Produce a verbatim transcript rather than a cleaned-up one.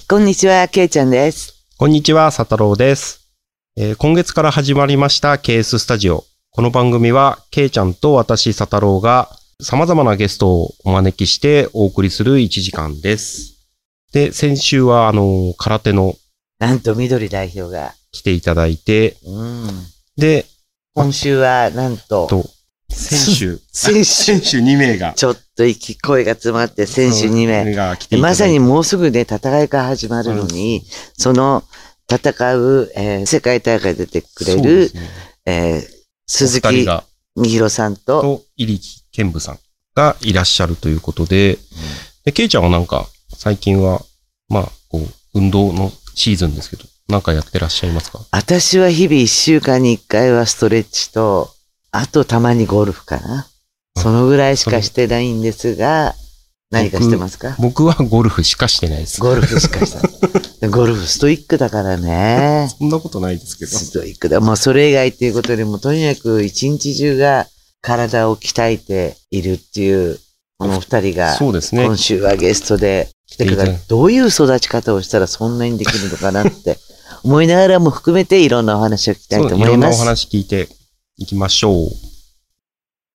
こんにちは、けいちゃんです。 こんにちは、佐太郎です、えー。今月から始まりましたケーススタジオ。この番組は、けいちゃんと私、佐太郎が様々なゲストをお招きしてお送りするいちじかんです。で、先週は、あの、空手のなんと、緑代表が来ていただいて、 うん、 で、 今週は、なんと、 と先週、 先週、 先週にめいが、 ちょっと息、声が詰まって、先週にめいが来ていただいて、まさにもうすぐね、戦いが始まるのに、うん、その戦う、えー、世界大会出てくれる、ねえー、鈴木みひろさんと、 と入木健武さんがいらっしゃるということで、うん、で、ケイちゃんはなんか、最近は、まあ、こう、運動のシーズンですけど、なんかやってらっしゃいますか？ 私は日々いっしゅうかんにいっかいはストレッチと、あとたまにゴルフかな。そのぐらいしかしてないんですが、何かしてますか？ 僕はゴルフしかしてないです。 ゴルフしかしてない。ゴルフストイックだからね。 そんなことないですけど。 ストイックだ。まあそれ以外っていうことよりも、とにかく一日中が体を鍛えているっていう、この二人が、 そうですね。 今週はゲストで来てくれる。どういう育ち方をしたらそんなにできるのかなって思いながらも含めていろんなお話を聞きたいと思います。 いろんなお話聞いていきましょう。